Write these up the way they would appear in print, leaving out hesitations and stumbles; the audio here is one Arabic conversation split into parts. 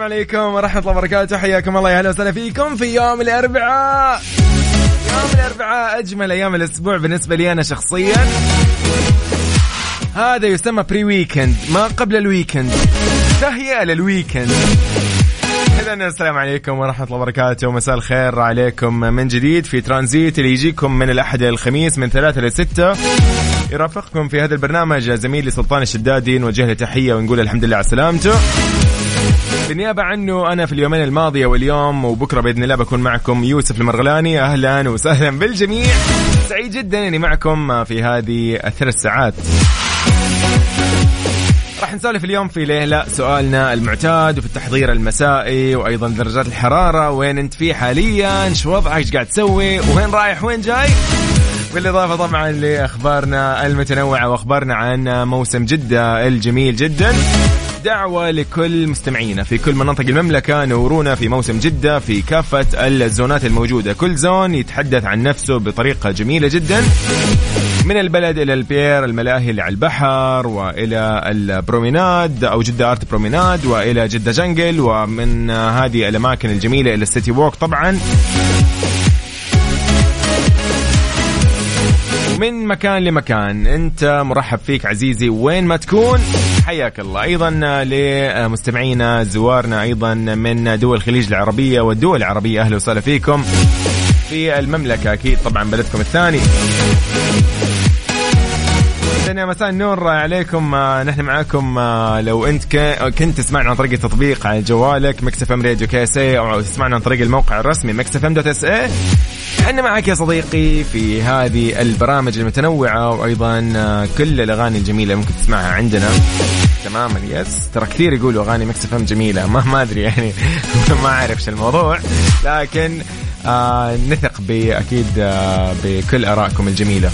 السلام عليكم ورحمة الله وبركاته. حياكم الله، يا أهلا وسهلا فيكم في يوم الأربعاء. يوم الأربعاء أجمل أيام الأسبوع بالنسبة لي أنا شخصيا. هذا يسمى بري ويكند، ما قبل الويكند، تهيئة للويكند. إذن السلام عليكم ورحمة الله وبركاته، ومساء الخير عليكم من جديد في ترانزيت اللي يجيكم من الأحد إلى الخميس من 3 إلى 6. يرافقكم في هذا البرنامج زميلي سلطان الشدادي، نوجه له تحية ونقول الحمد لله على سلامته. بالنيابة عنه أنا في اليومين الماضية واليوم وبكرة بإذن الله بكون معكم يوسف المرغلاني. أهلا وسهلا بالجميع، سعيد جدا أني معكم في هذه الثلاث ساعات. راح نسولف اليوم في ليلة سؤالنا المعتاد وفي التحضير المسائي، وأيضا درجات الحرارة، وين أنت فيه حاليا، شو وضعك، ايش قاعد تسوي، وين رايح وين جاي، بالإضافة طبعا لأخبارنا المتنوعة وأخبارنا عن موسم جدة الجميل جدا. دعوة لكل مستمعينا في كل مناطق المملكة، نورونا في موسم جدة في كافة الزونات الموجودة. كل زون يتحدث عن نفسه بطريقة جميلة جدا، من البلد إلى البير، الملاهي اللي على البحر، وإلى البروميناد أو جدة آرت بروميناد، وإلى جدة جنجل، ومن هذه الأماكن الجميلة إلى السيتي ووك طبعا، من مكان لمكان. أنت مرحب فيك عزيزي وين ما تكون، حياك الله. أيضا لمستمعينا زوارنا أيضا من دول الخليج العربية والدول العربية، أهلا وسهلا فيكم في المملكة، أكيد طبعا بلدكم الثاني. مساء النور عليكم، نحن معاكم. لو أنت كنت تسمعنا عن طريق التطبيق على جوالك ميكس اف ام راديو كاسي، أو تسمعنا عن طريق الموقع الرسمي mixfm.sa، احنا معك يا صديقي في هذه البرامج المتنوعة، وأيضا كل الأغاني الجميلة ممكن تسمعها عندنا تماما. يس، ترى كثير يقولوا أغاني ميكس اف ام جميلة، ما أدري يعني ما أعرف شو الموضوع، لكن نثق أكيد بكل آرائكم الجميلة.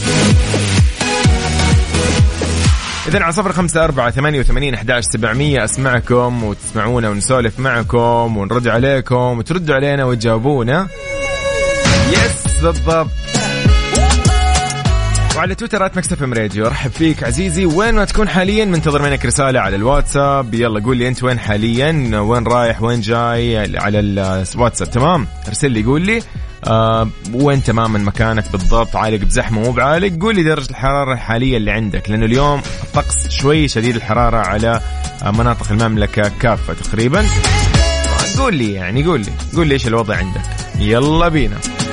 إذن على 0548811700 أسمعكم وتسمعونا ونسولف معكم ونرد عليكم وتردوا علينا وتجاوبونا. يس بالضبط. وعلى تويتر @مكسفم راديو. رحب فيك عزيزي وين ما تكون حاليا، منتظر منك رسالة على الواتساب. يلا قول لي أنت وين حاليا، وين رايح وين جاي، على الواتساب تمام. ارسل لي قول لي وين تماما مكانك بالضبط، عالق بزحمة مو بعالق. قول لي درجة الحرارة الحالية اللي عندك، لأنه اليوم الطقس شوي شديد الحرارة على مناطق المملكة كافة تقريبا. قول لي يعني قول لي إيش الوضع عندك. يلا بينا.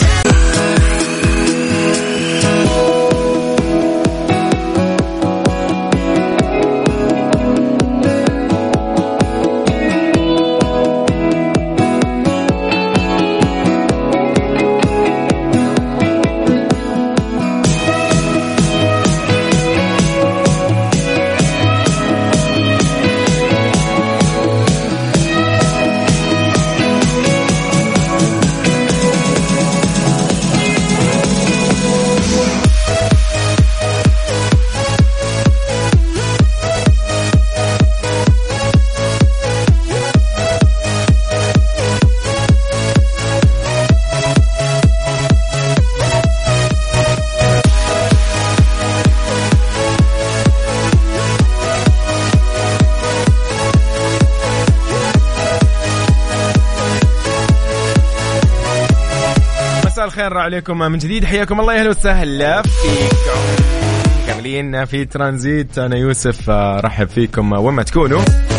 الخير عليكم من جديد، حياكم الله، اهلا وسهلا فيكم. كاملين في ترانزيت، انا يوسف، رحب فيكم وين ما تكونوا.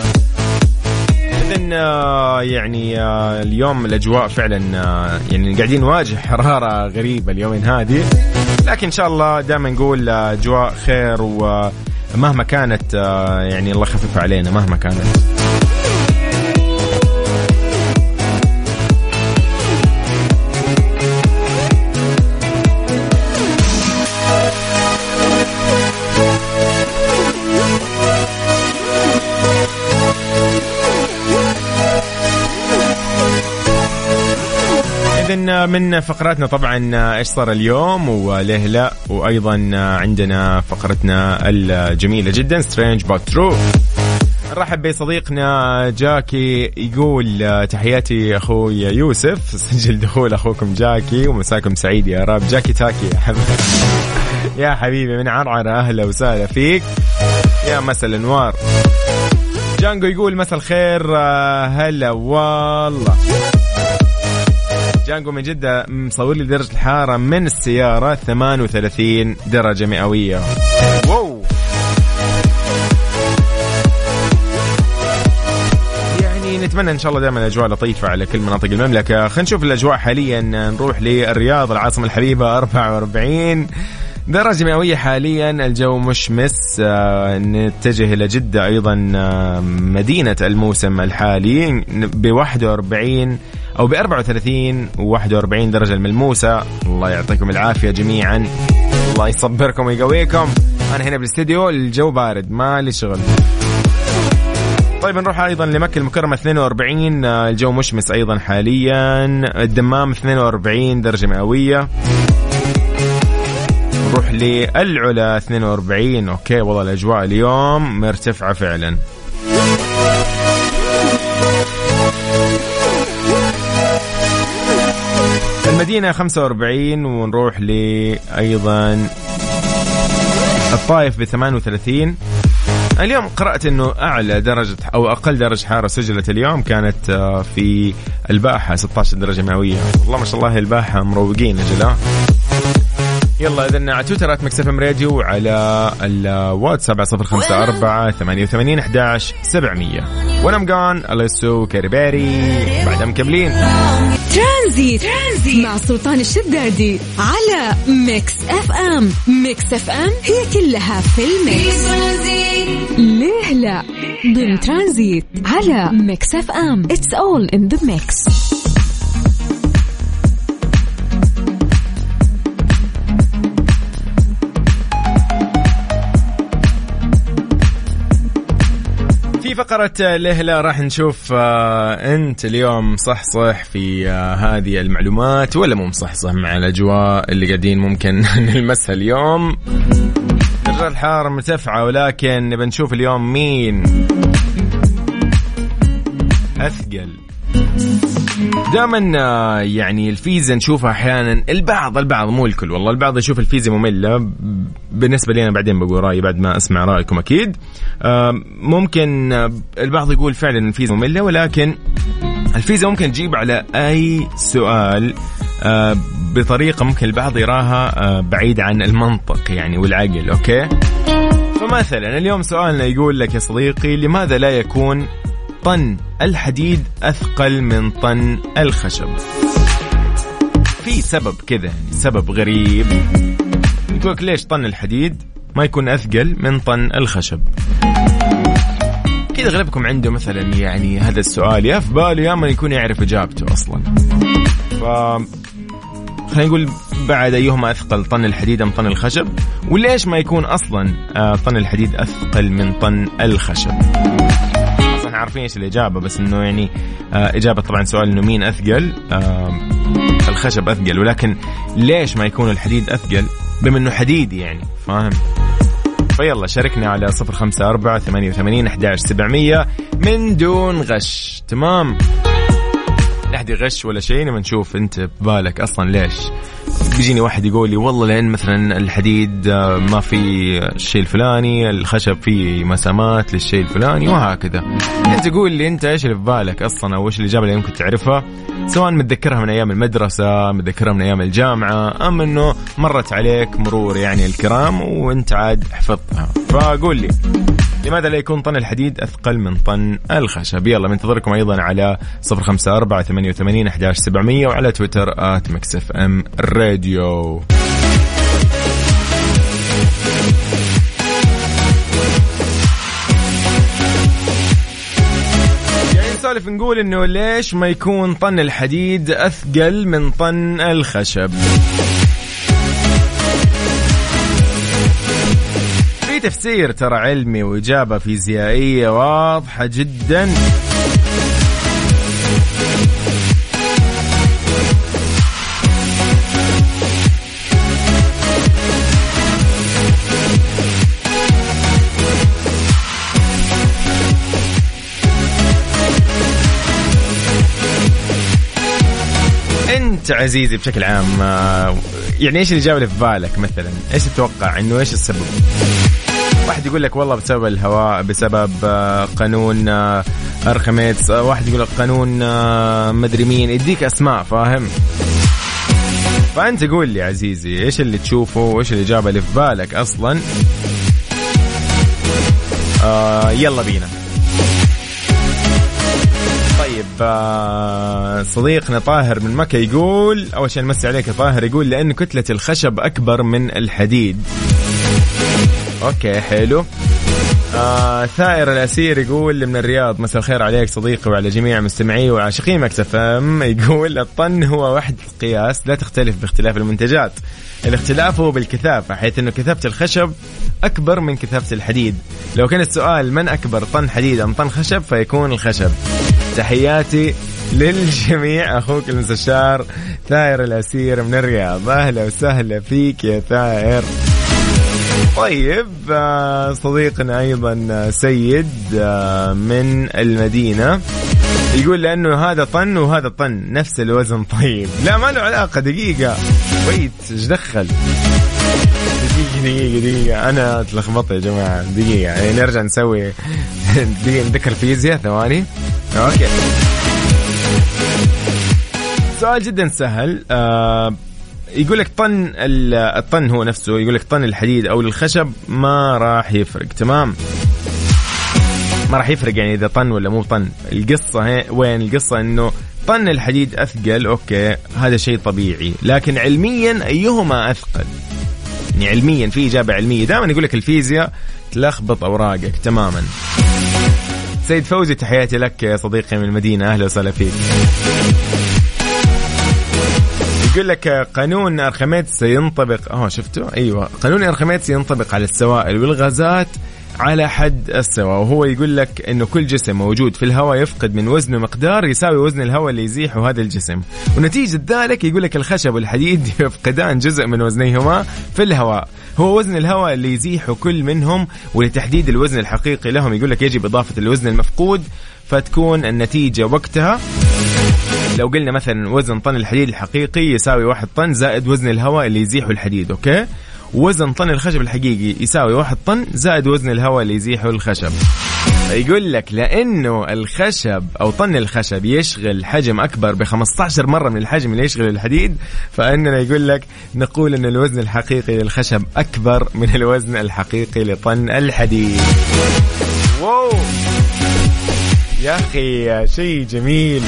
اذن يعني اليوم الاجواء فعلا يعني قاعدين نواجه حراره غريبه اليومين هذه، لكن ان شاء الله دائما نقول اجواء خير، ومهما كانت يعني الله يخفف علينا مهما كانت. من فقراتنا طبعا ايش صار اليوم وليه لا، وايضا عندنا فقرتنا الجميله جدا سترينج بات ترو. نرحب بصديقنا جاكي، يقول تحياتي اخوي يوسف، سجل دخول اخوكم جاكي ومساكم سعيد يا رب. جاكي تاكي يا حبيبي يا حبيبي من عرعرة، اهلا وسهلا فيك يا مساء الانوار. جانجو يقول مساء الخير. هلا والله. جانجو من جدة مصور لي درجة الحرارة من السيارة 38 درجة مئوية. واو. يعني نتمنى إن شاء الله دائما الأجواء لطيفة على كل مناطق المملكة. خلينا نشوف الأجواء حاليا. نروح للرياض العاصمة الحبيبة 44 درجة مئوية حاليا. الجو مشمس. نتجه إلى جدة أيضا مدينة الموسم الحالي ب 41 أو ب 34 و41 درجة الملموسة. الله يعطيكم العافية جميعا. الله يصبركم ويقويكم. أنا هنا بالاستديو الجو بارد ما لي شغل. طيب نروح أيضا لمكة المكرمة 42 الجو مشمس أيضا حاليا. الدمام 42 درجة مئوية. نروح للعلا 42. أوكي والله الأجواء اليوم مرتفعة فعلا. المدينة 45. ونروح لأيضا الطائف ب 38. اليوم قرأت أنه أعلى درجة أو أقل درجة حرارة سجلت اليوم كانت في الباحة 16 درجة مئوية. والله ما شاء الله الباحة مروقين أجل. يلا إذن على تويتر @مكسفم راديو وعلى الواتساب 054 88 11 700. وانا مقان أليسو كاريباري بعد مكملين ترانزيت مع سلطان الشدادي على ميكس اف ام. ميكس اف ام هي كلها في الميكس. ليه لا ضمن ترانزيت على ميكس اف ام. It's all in the mix. فقرة لهلا راح نشوف أنت اليوم صح في هذه المعلومات ولا مو صح مع الأجواء اللي قاعدين ممكن نلمسها اليوم. درجة الحرارة مرتفعة ولكن نبي نشوف اليوم مين أثقل. دائما يعني الفيزا نشوفها أحيانا البعض مو الكل والله. البعض يشوف الفيزا مملة. بالنسبة لي أنا بعدين بقول رأيي بعد ما أسمع رأيكم أكيد. ممكن البعض يقول فعلا الفيزا مملة ولكن الفيزا ممكن تجيب على أي سؤال بطريقة ممكن البعض يراها بعيد عن المنطق يعني والعقل. أوكي فمثلا اليوم سؤالنا يقول لك يا صديقي لماذا لا يكون طن الحديد أثقل من طن الخشب؟ في سبب كذا يعني سبب غريب يقولك ليش طن الحديد ما يكون أثقل من طن الخشب. كذا غالبكم عنده مثلا يعني هذا السؤال يا في باله يا ما يكون يعرف إجابته أصلا. خلينا نقول بعد أيهما أثقل طن الحديد أم طن الخشب وليش ما يكون أصلا طن الحديد أثقل من طن الخشب. عارفين ايش الإجابة بس انه يعني إجابة طبعا سؤال انه مين أثقل. الخشب أثقل ولكن ليش ما يكون الحديد أثقل بما انه حديد يعني فاهم. فيلا شاركنا على 054 88 11 700 من دون غش. تمام لا أحد يغش ولا شيء. نبغى نشوف انت ببالك اصلا ليش. بيجيني واحد يقول لي والله لأن مثلا الحديد ما في الشيء الفلاني الخشب فيه مسامات للشيء الفلاني وهكذا. انت تقول لي انت ايش اللي في بالك اصلا او ايش الإجابة اللي يمكن تعرفها سواء متذكرها من ايام المدرسة متذكرها من ايام الجامعة ام انه مرت عليك مرور يعني الكرام وانت عاد حفظتها. فقول لي لماذا لا يكون طن الحديد أثقل من طن الخشب. يلا منتظركم أيضا على 054 88 11 700 وعلى تويتر @مكسفم راديو. يعني نسولف نقول إنه ليش ما يكون طن الحديد أثقل من طن الخشب. تفسير ترى علمي وإجابة فيزيائية واضحة جدا. أنت عزيزي بشكل عام يعني إيش الإجابة اللي في بالك مثلا إيش تتوقع إنه إيش السبب؟ واحد يقول لك والله بسبب الهواء، بسبب قانون أرخميدس، واحد يقول لك قانون مدري مين، يديك أسماء، فاهم؟ فأنت قول لي عزيزي إيش اللي تشوفه وإيش الإجابة اللي في بالك أصلا. يلا بينا. طيب صديقنا طاهر من مكة يقول، أول شيء نمسي عليك يا طاهر، يقول لأن كتلة الخشب أكبر من الحديد. أوكي حلو. ثائر الأسير يقول من الرياض، مساء الخير عليك صديقي وعلى جميع مستمعي وعاشقين مكس اف ام. يقول الطن هو وحدة قياس لا تختلف باختلاف المنتجات، الاختلاف هو بالكثافة، حيث أنه كثافة الخشب أكبر من كثافة الحديد. لو كان السؤال من أكبر، طن حديد أم طن خشب، فيكون الخشب. تحياتي للجميع، أخوك المستشار ثائر الأسير من الرياض. أهلا وسهلا فيك يا ثائر. طيب صديقنا أيضا سيد من المدينة يقول لأنه هذا طن وهذا طن نفس الوزن. طيب لا ما له علاقة، دقيقة ويت ايش دخل، دقيقة أنا تلخبطت يا جماعة، دقيقة يعني نرجع نسوي دقيقة نذكر فيزياء، ثواني. أوكي سؤال جدا سهل. يقول لك طن الطن هو نفسه، يقول لك طن الحديد أو الخشب ما راح يفرق، تمام؟ ما راح يفرق يعني إذا طن ولا مو طن. القصة وين القصة؟ إنه طن الحديد أثقل، أوكي هذا شيء طبيعي، لكن علميا أيهما أثقل؟ يعني علميا في إجابة علمية. دائما يقول لك الفيزياء تلخبط أوراقك تماما. سيد فوزي تحياتي لك يا صديقي من المدينة، أهلا وسهلا فيك. يقول لك قانون أرخميدس ينطبق، شفته؟ أيوة، قانون أرخميدس ينطبق على السوائل والغازات على حد السواء، وهو يقول لك إنه كل جسم موجود في الهواء يفقد من وزنه مقدار يساوي وزن الهواء اللي يزيحه هذا الجسم، ونتيجة ذلك يقول لك الخشب والحديد يفقدان جزء من وزنيهما في الهواء، هو وزن الهواء اللي يزيحه كل منهم، ولتحديد الوزن الحقيقي لهم يقول لك يجب إضافة الوزن المفقود، فتكون النتيجة وقتها لو قلنا مثلا وزن طن الحديد الحقيقي يساوي 1 طن زائد وزن الهواء اللي يزيحه الحديد، أوكي؟ وزن طن الخشب الحقيقي يساوي 1 طن زائد وزن الهواء اللي يزيحه الخشب. يقول لك لأنه الخشب أو طن الخشب يشغل حجم أكبر ب15 مرة من الحجم اللي يشغل الحديد، فإننا يقول لك نقول أن الوزن الحقيقي للخشب أكبر من الوزن الحقيقي لطن الحديد. واو يا أخي شيء جميل.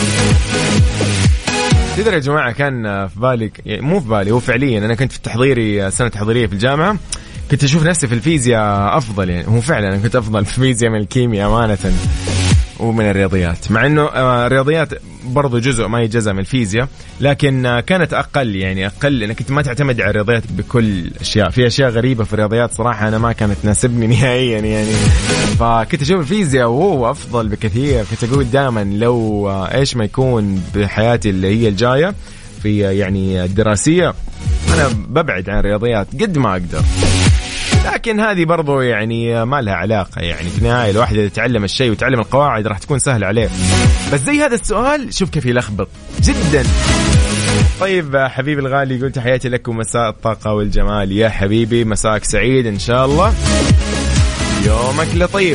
تدري يا جماعة كان في بالي، يعني مو في بالي، هو فعليا أنا كنت في تحضيري سنة تحضيرية في الجامعة، كنت أشوف نفسي في الفيزياء أفضل، يعني هو فعلا أنا كنت أفضل في الفيزياء من الكيمياء أمانة ومن الرياضيات، مع أنه الرياضيات برضو جزء ما يجزء من الفيزياء، لكن كانت أقل، يعني أقل لأنك كنت ما تعتمد على الرياضيات بكل أشياء، في أشياء غريبة في الرياضيات صراحة أنا ما كانت تناسبني نهائيا يعني، فكنت أشوف الفيزياء وهو أفضل بكثير. كنت أقول دائما لو إيش ما يكون بحياتي اللي هي الجاية في يعني الدراسية أنا ببعد عن الرياضيات قد ما أقدر، لكن هذه برضو يعني ما لها علاقة، يعني في النهاية الواحد إذا يتعلم الشيء ويتعلم القواعد راح تكون سهلة عليه، بس زي هذا السؤال شوف كيف يلخبط جدا. طيب حبيبي الغالي قلت تحياتي لكم، مساء الطاقة والجمال يا حبيبي، مساءك سعيد إن شاء الله، يومك لطيف.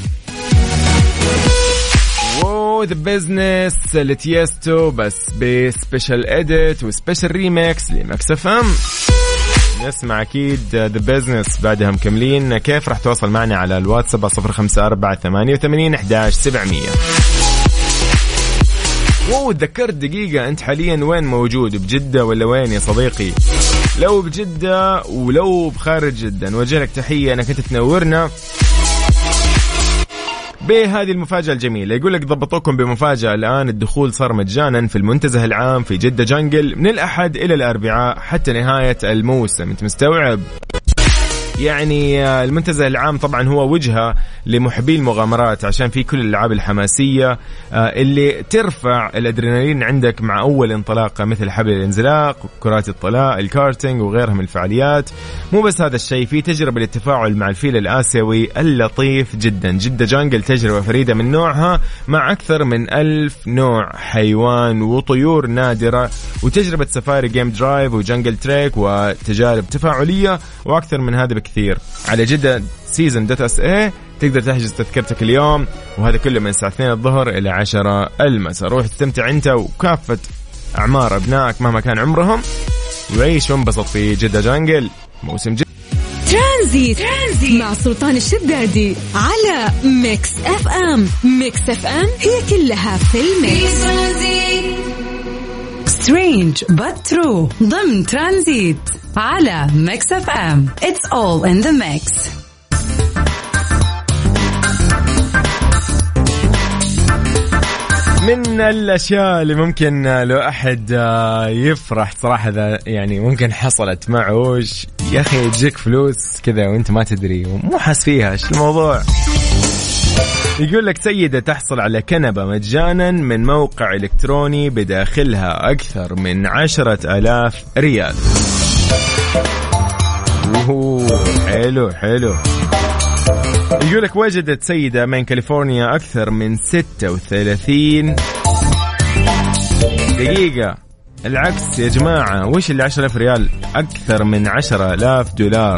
ذا بيزنس لتيستو بس بسبيشال اديت وسبيشال ريميكس لمكس اف ام. نسمع أكيد ذا بيزنس بعدها مكملين. كيف راح تواصل معنا على الواتساب 0548811700. تذكرت دقيقة، أنت حاليا وين موجود؟ بجدة ولا وين يا صديقي؟ لو بجدة ولو بخارج جدة نوجه لك تحية، أنا كنت تنورنا بهذه المفاجأة الجميلة. يقول لك ضبطوكم بمفاجأة الآن، الدخول صار مجانا في المنتزه العام في جدة جنجل من الأحد إلى الأربعاء حتى نهاية الموسم. أنت مستوعب؟ يعني المنتزه العام طبعا هو وجهة لمحبي المغامرات، عشان في كل الألعاب الحماسية اللي ترفع الأدرينالين عندك مع أول انطلاقة، مثل حبل الانزلاق، كرات الطلاء، الكارتينج وغيرها من الفعاليات. مو بس هذا الشيء، في تجربة للتفاعل مع الفيل الآسيوي اللطيف جدا. جدة جانجل تجربة فريدة من نوعها مع أكثر من 1000 نوع حيوان وطيور نادرة، وتجربة سفاري جيم درايف وجنجل تريك وتجارب تفاعلية وأكثر من هذا بكثير كثير. على جدة season.sa تقدر تحجز تذكرتك اليوم، وهذا كله من الساعة 2 الظهر إلى 10 المساء. روح تستمتع أنت وكافة أعمار أبنائك مهما كان عمرهم، وعيش وانبسط في جدة جانجل موسم جدة. ترانزيت مع سلطان الشدادي على ميكس اف ام. ميكس اف ام هي كلها في الميكس. Strange but true ضمن ترانزيت على ميكس اف ام. It's all in the mix. من الأشياء اللي ممكن لو أحد يفرح صراحة، ذا يعني ممكن حصلت معه، يا أخي يجيك فلوس كذا وانت ما تدري ومو حاس فيها. ايش الموضوع؟ يقول لك سيدة تحصل على كنبة مجانا من موقع إلكتروني بداخلها أكثر من 10,000 ريال. حلو. يقول لك وجدت سيدة من كاليفورنيا أكثر من 36 دقيقة. العكس يا جماعة، وش اللي 10,000 ريال؟ أكثر من 10,000 دولار.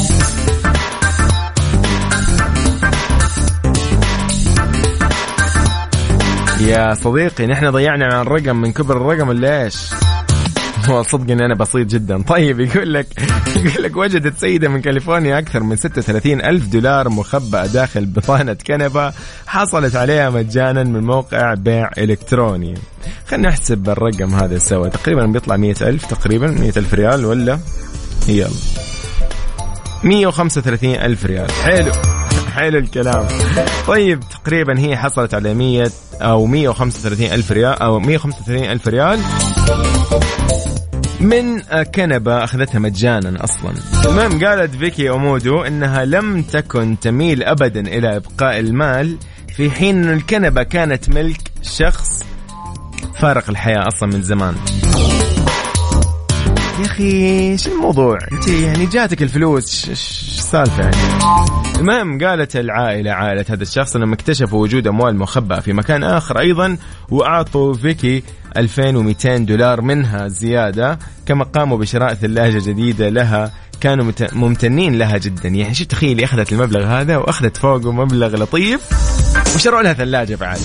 يا صديقي نحن ضيعنا عن الرقم من كبر الرقم اللي ايش؟ صدق ان انا بسيط جدا. طيب يقول لك وجدت سيدة من كاليفورنيا اكثر من 36,000 دولار مخبأة داخل بطانة كنبة حصلت عليها مجانا من موقع بيع الكتروني. خلينا نحسب الرقم هذا سوا، تقريبا بيطلع 100,000، تقريبا 100,000 ريال، ولا يلا 135,000 ريال. حلو الكلام. طيب تقريبا هي حصلت على 100 أو 135,000 ريال أو 135,000 ريال من كنبة أخذتها مجانا أصلا. المهم قالت فيكي أومودو إنها لم تكن تميل أبدا إلى إبقاء المال، في حين أن الكنبة كانت ملك شخص فارق الحياة أصلا من زمان. يا أخي شو الموضوع؟ أنت يعني جاتك الفلوس، إيش سالفة يعني؟ المهم قالت عائلة هذا الشخص أنهم اكتشفوا وجود أموال مخبأة في مكان آخر أيضا، وأعطوا فيكي 2,200 دولار منها زيادة، كما قاموا بشراء ثلاجة جديدة لها. كانوا ممتنين لها جدا. يعني شو تخيلي، أخذت المبلغ هذا وأخذت فوقه مبلغ لطيف وشروا لها ثلاجة بعد.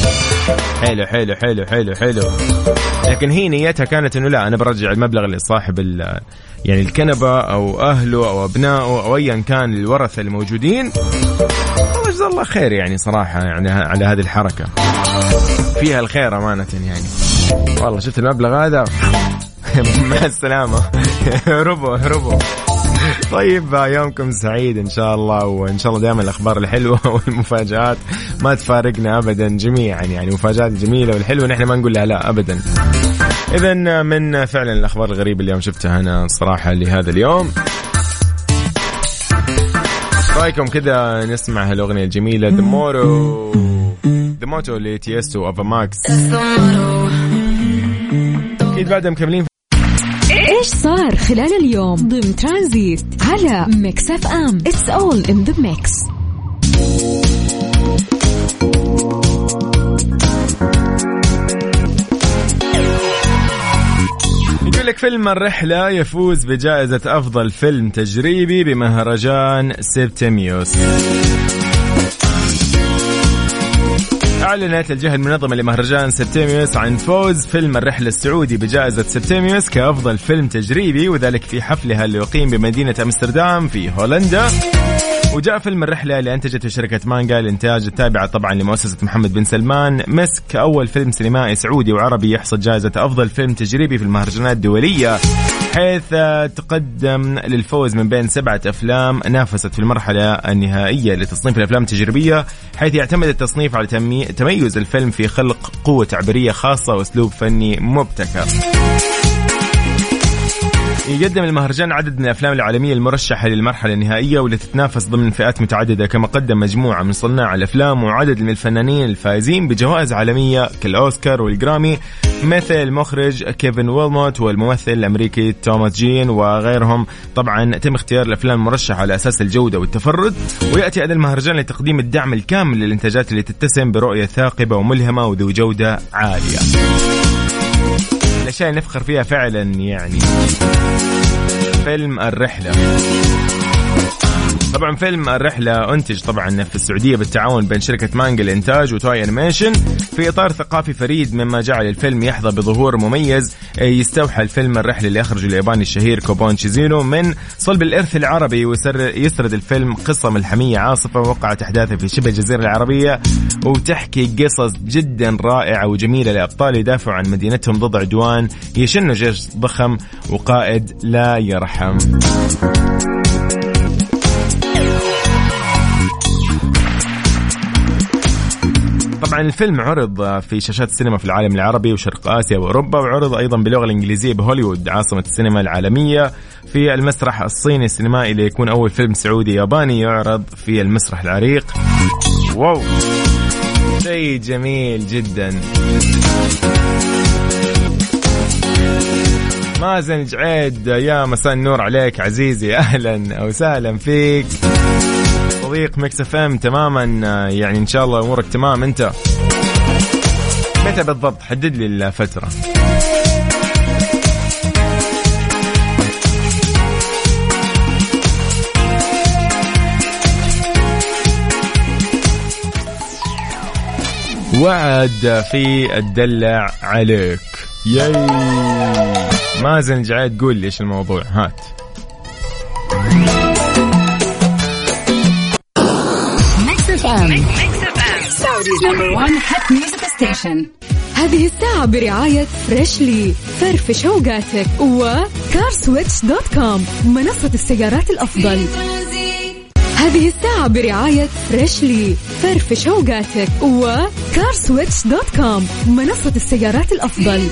حلو. لكن هي نيتها كانت إنه لا، أنا برجع المبلغ لصاحب يعني الكنبة أو أهله أو أبنائه أو أيا كان الورثة الموجودين. الله جزاه الله خير يعني صراحة، يعني على هذه الحركة فيها الخير أمانة يعني. والله شفت المبلغ هذا مع السلامة. هربوا. طيب يومكم سعيد إن شاء الله، وإن شاء الله دائما الأخبار الحلوة والمفاجآت ما تفارقنا أبدا جميعا. يعني مفاجآت جميلة والحلوة نحن ما نقول لها لا أبدا. إذن من فعلا الأخبار الغريبة اليوم شفتها أنا صراحة لهذا اليوم. رأيكم كده نسمع هالأغنية الجميلة The Motto لتيستو أوفا ماكس. أكيد بعدها مكملين. إيش صار خلال اليوم ضمن ترانزيت على ميكس اف ام. It's all in the mix. يقول لك فيلم الرحلة يفوز بجائزة أفضل فيلم تجريبي بمهرجان سبتيميوس. أعلنت الجهة المنظمة لمهرجان سبتيميوس عن فوز فيلم الرحلة السعودي بجائزة سبتيميوس كأفضل فيلم تجريبي، وذلك في حفلها اللي يقيم بمدينة أمستردام في هولندا. وجاء فيلم الرحلة اللي أنتجته شركة مانجا الإنتاج التابعة طبعا لمؤسسة محمد بن سلمان مسك كأول فيلم سينمائي سعودي وعربي يحصد جائزة أفضل فيلم تجريبي في المهرجانات الدولية، حيث تقدم للفوز من بين 7 أفلام نافست في المرحلة النهائية لتصنيف الأفلام التجريبية، حيث يعتمد التصنيف على تميز الفيلم في خلق قوة تعبيرية خاصة وأسلوب فني مبتكر. يقدم المهرجان عدد من الأفلام العالمية المرشحة للمرحلة النهائية والتي تتنافس ضمن فئات متعددة، كما قدم مجموعة من صناع الأفلام وعدد من الفنانين الفائزين بجوائز عالمية كالأوسكار والجرامي، مثل المخرج كيفن ويلموت والممثل الأمريكي توماس جين وغيرهم. طبعا تم اختيار الأفلام المرشحة على أساس الجودة والتفرد، ويأتي هذا المهرجان لتقديم الدعم الكامل للإنتاجات اللي تتسم برؤية ثاقبة وملهمة وذو جودة عالية. الأشياء نفخر فيها فعلا يعني فيلم الرحلة. طبعا فيلم الرحلة أنتج طبعا في السعودية بالتعاون بين شركة مانجا الإنتاج وتوي أنيميشن في إطار ثقافي فريد، مما جعل الفيلم يحظى بظهور مميز. يستوحى الفيلم الرحلة اللي أخرجه الياباني الشهير كوبون شيزينو من صلب الإرث العربي، ويسرد الفيلم قصة ملحمية عاصفة وقعت أحداثها في شبه الجزيرة العربية، وتحكي قصص جدا رائعة وجميلة لأبطال يدافعوا عن مدينتهم ضد عدوان يشن جيش ضخم وقائد لا يرحم. طبعا الفيلم عرض في شاشات السينما في العالم العربي وشرق آسيا وأوروبا، وعرض أيضا باللغة الإنجليزية بهوليوود عاصمة السينما العالمية في المسرح الصيني السينمائي، ليكون أول فيلم سعودي ياباني يعرض في المسرح العريق. واو، شيء جميل جدا. مازن جعيد، يا مساء النور عليك عزيزي، أهلا وسهلا فيك صديق ميكس اف ام تماما. يعني إن شاء الله أمورك تمام. أنت متى بالضبط؟ حدد لي الفترة. وعد في الدلع عليك. ياي مازن جعيد، قول لي إيش الموضوع. هات. هذه الساعة برعاية فريشلي، فرفش اوقاتك، وكارسويتش.com منصة السيارات الأفضل. هذه الساعة برعاية فريشلي، فرفش اوقاتك، وكارسويتش.com منصة السيارات الأفضل.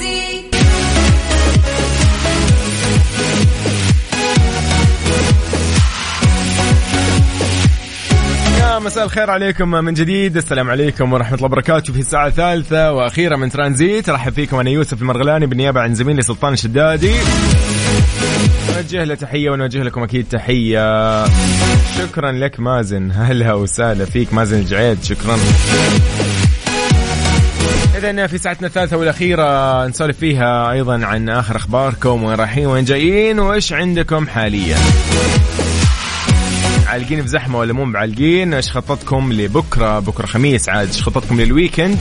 مساء الخير عليكم من جديد، السلام عليكم ورحمة الله وبركاته. في الساعة الثالثة وأخيرة من ترانزيت، رحب فيكم أنا يوسف المرغلاني بالنيابة عن زميلي سلطان الشدادي. نوجه له تحية ونوجه لكم أكيد تحية. شكرا لك مازن، هلا وسهلا فيك مازن الجعيد، شكرا. إذن في ساعتنا الثالثة والأخيرة نسولف فيها أيضا عن آخر أخباركم، وين رايحين وين جايين وإيش عندكم حاليا. عالقين في زحمة ولا مو بعالقين؟ ايش خطتكم لبكرة؟ بكرة خميس عاد، ايش خطتكم للويكند؟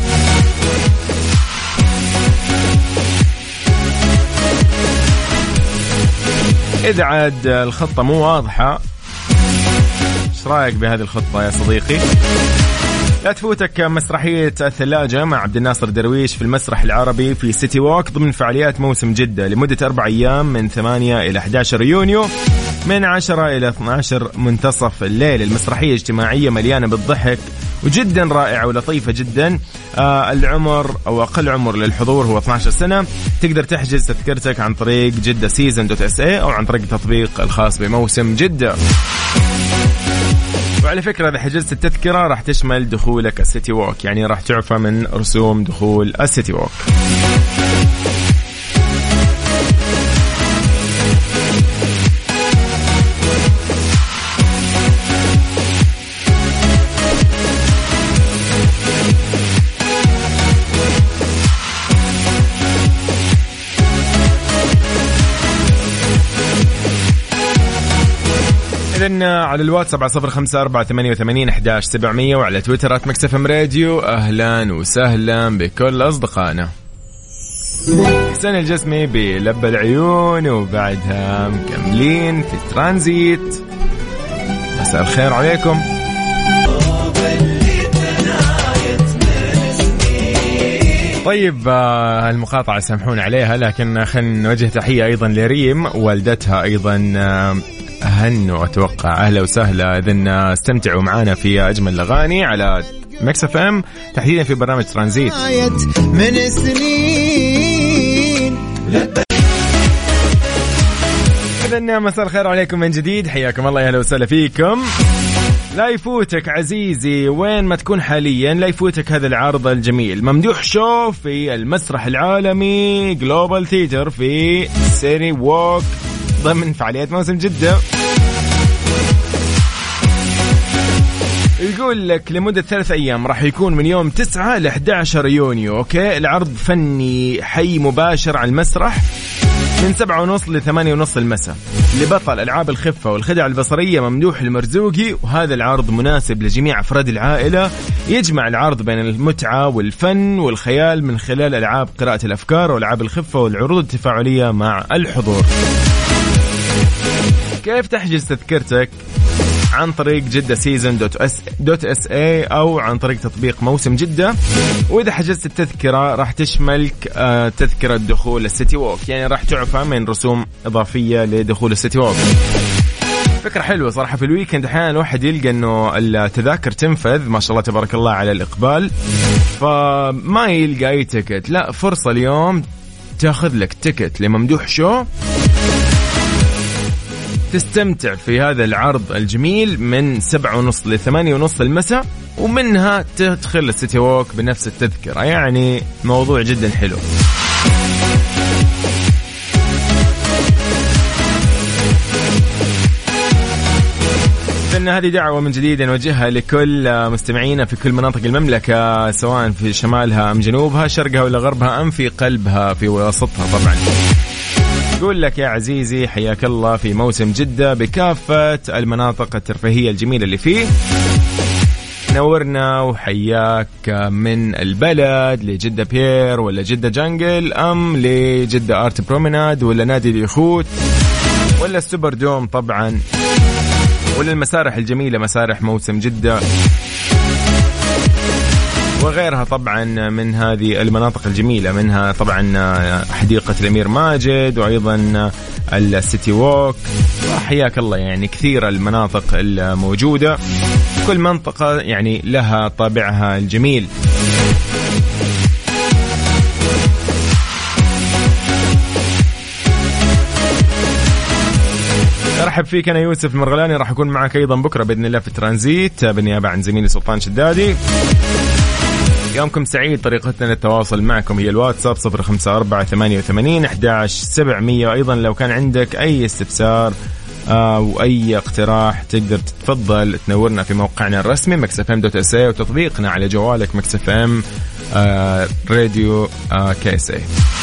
إذا عاد الخطة مو واضحة، ايش رأيك بهذه الخطة يا صديقي؟ لا تفوتك مسرحية الثلاجة مع عبد الناصر درويش في المسرح العربي في سيتي ووك ضمن فعاليات موسم جدة لمدة 4 أيام من 8 إلى 11 يونيو من 10 إلى 12 منتصف الليل. المسرحية اجتماعية مليانة بالضحك وجدا رائعة ولطيفة جدا. العمر أو أقل عمر للحضور هو 12 سنة. تقدر تحجز تذكرتك عن طريق جدة season.sa أو عن طريق التطبيق الخاص بموسم جدة. وعلى فكرة إذا حجزت التذكرة راح تشمل دخولك السيتي ووك، يعني راح تعفى من رسوم دخول السيتي ووك. إذن على الواتس 70548811700 وعلى تويتر @mixfmradio. أهلا وسهلا بكل أصدقائنا. حسين الجسمي بلب العيون، وبعدها مكملين في ترانزيت. مساء الخير عليكم. طيب المقاطعة سامحون عليها، لكن خلينا نوجه تحية أيضا لريم والدتها أيضا أهنوا أتوقع. أهلا وسهلا. إذن استمتعوا معنا في أجمل الأغاني على ميكس اف ام، تحديدا في برنامج ترانزيت. من السنين إذن مساء الخير عليكم من جديد، حياكم الله، أهلا وسهلا فيكم. لا يفوتك عزيزي وين ما تكون حاليا، لا يفوتك هذا العرض الجميل. ممدوح شو في المسرح العالمي جلوبال ثيتر في سيتي ووك ضمن فعاليات موسم جدة. يقول لك لمدة 3 أيام راح يكون من يوم 9 ل 11 يونيو. أوكي، العرض فني حي مباشر على المسرح من 7:30 ل 8:30 المساء لبطل ألعاب الخفة والخدع البصرية ممدوح المرزوقي. وهذا العرض مناسب لجميع أفراد العائلة، يجمع العرض بين المتعة والفن والخيال من خلال ألعاب قراءة الأفكار وألعاب الخفة والعروض التفاعلية مع الحضور. كيف تحجز تذكرتك؟ عن طريق جدة season.sa أو عن طريق تطبيق موسم جدة. وإذا حجزت التذكرة راح تشملك تذكرة دخول السيتي ووك، يعني راح تعفى من رسوم إضافية لدخول السيتي ووك. فكرة حلوة صراحة. في الويكند أحيانا الواحد يلقى أنه التذاكر تنفذ، ما شاء الله تبارك الله على الإقبال، فما يلقى أي تيكت. لا، فرصة اليوم تاخذ لك تيكت لممدوح شو، تستمتع في هذا العرض الجميل من 7:30 ل 8:30 المساء، ومنها تدخل السيتي ووك بنفس التذكرة. يعني موضوع جدا حلو. إن هذه دعوة من جديد نوجهها لكل مستمعينا في كل مناطق المملكة، سواء في شمالها أم جنوبها، شرقها ولا غربها أم في قلبها في وسطها. طبعا يقول لك يا عزيزي حياك الله في موسم جدة بكافة المناطق الترفيهية الجميلة اللي فيه. نورنا وحياك من البلد لجدة بير ولا جدة جانجل أم لجدة آرت بروميناد ولا نادي اليخوت ولا السوبر دوم طبعا، ولا المسارح الجميلة مسارح موسم جدة وغيرها طبعا من هذه المناطق الجميلة. منها طبعا حديقة الأمير ماجد وأيضا السيتي ووك. حياك الله، يعني كثير المناطق الموجودة، كل منطقة يعني لها طابعها الجميل. أرحب فيك، أنا يوسف المرغلاني، راح أكون معك أيضا بكرة بإذن الله في ترانزيت بالنيابة عن زميلي سلطان شدادي. يومكم سعيد. طريقتنا للتواصل معكم هي الواتساب 0548811700. وأيضا لو كان عندك أي استفسار أو أي اقتراح تقدر تتفضل تنورنا في موقعنا الرسمي mixfm.sa وتطبيقنا على جوالك mixfm راديو KSA.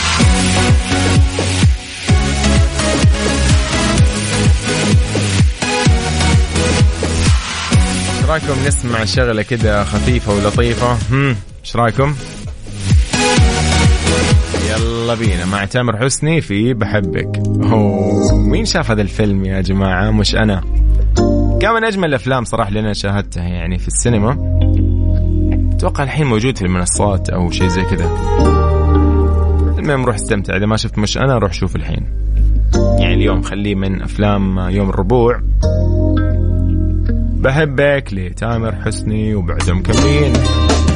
رايكم نسمع شغلة كده خفيفة ولطيفة؟ ايش رايكم؟ يلا بينا مع تامر حسني في بحبك. مين شاف هذا الفيلم يا جماعة؟ مش أنا. كان من أجمل الأفلام صراحة اللي أنا شاهدتها يعني في السينما. أتوقع الحين موجود في المنصات أو شيء زي كده. المهم روح استمتع. إذا ما شفت مش أنا روح شوف الحين. يعني اليوم خليه من أفلام يوم الربوع. بحبك لتامر حسني وبعدهم كمين.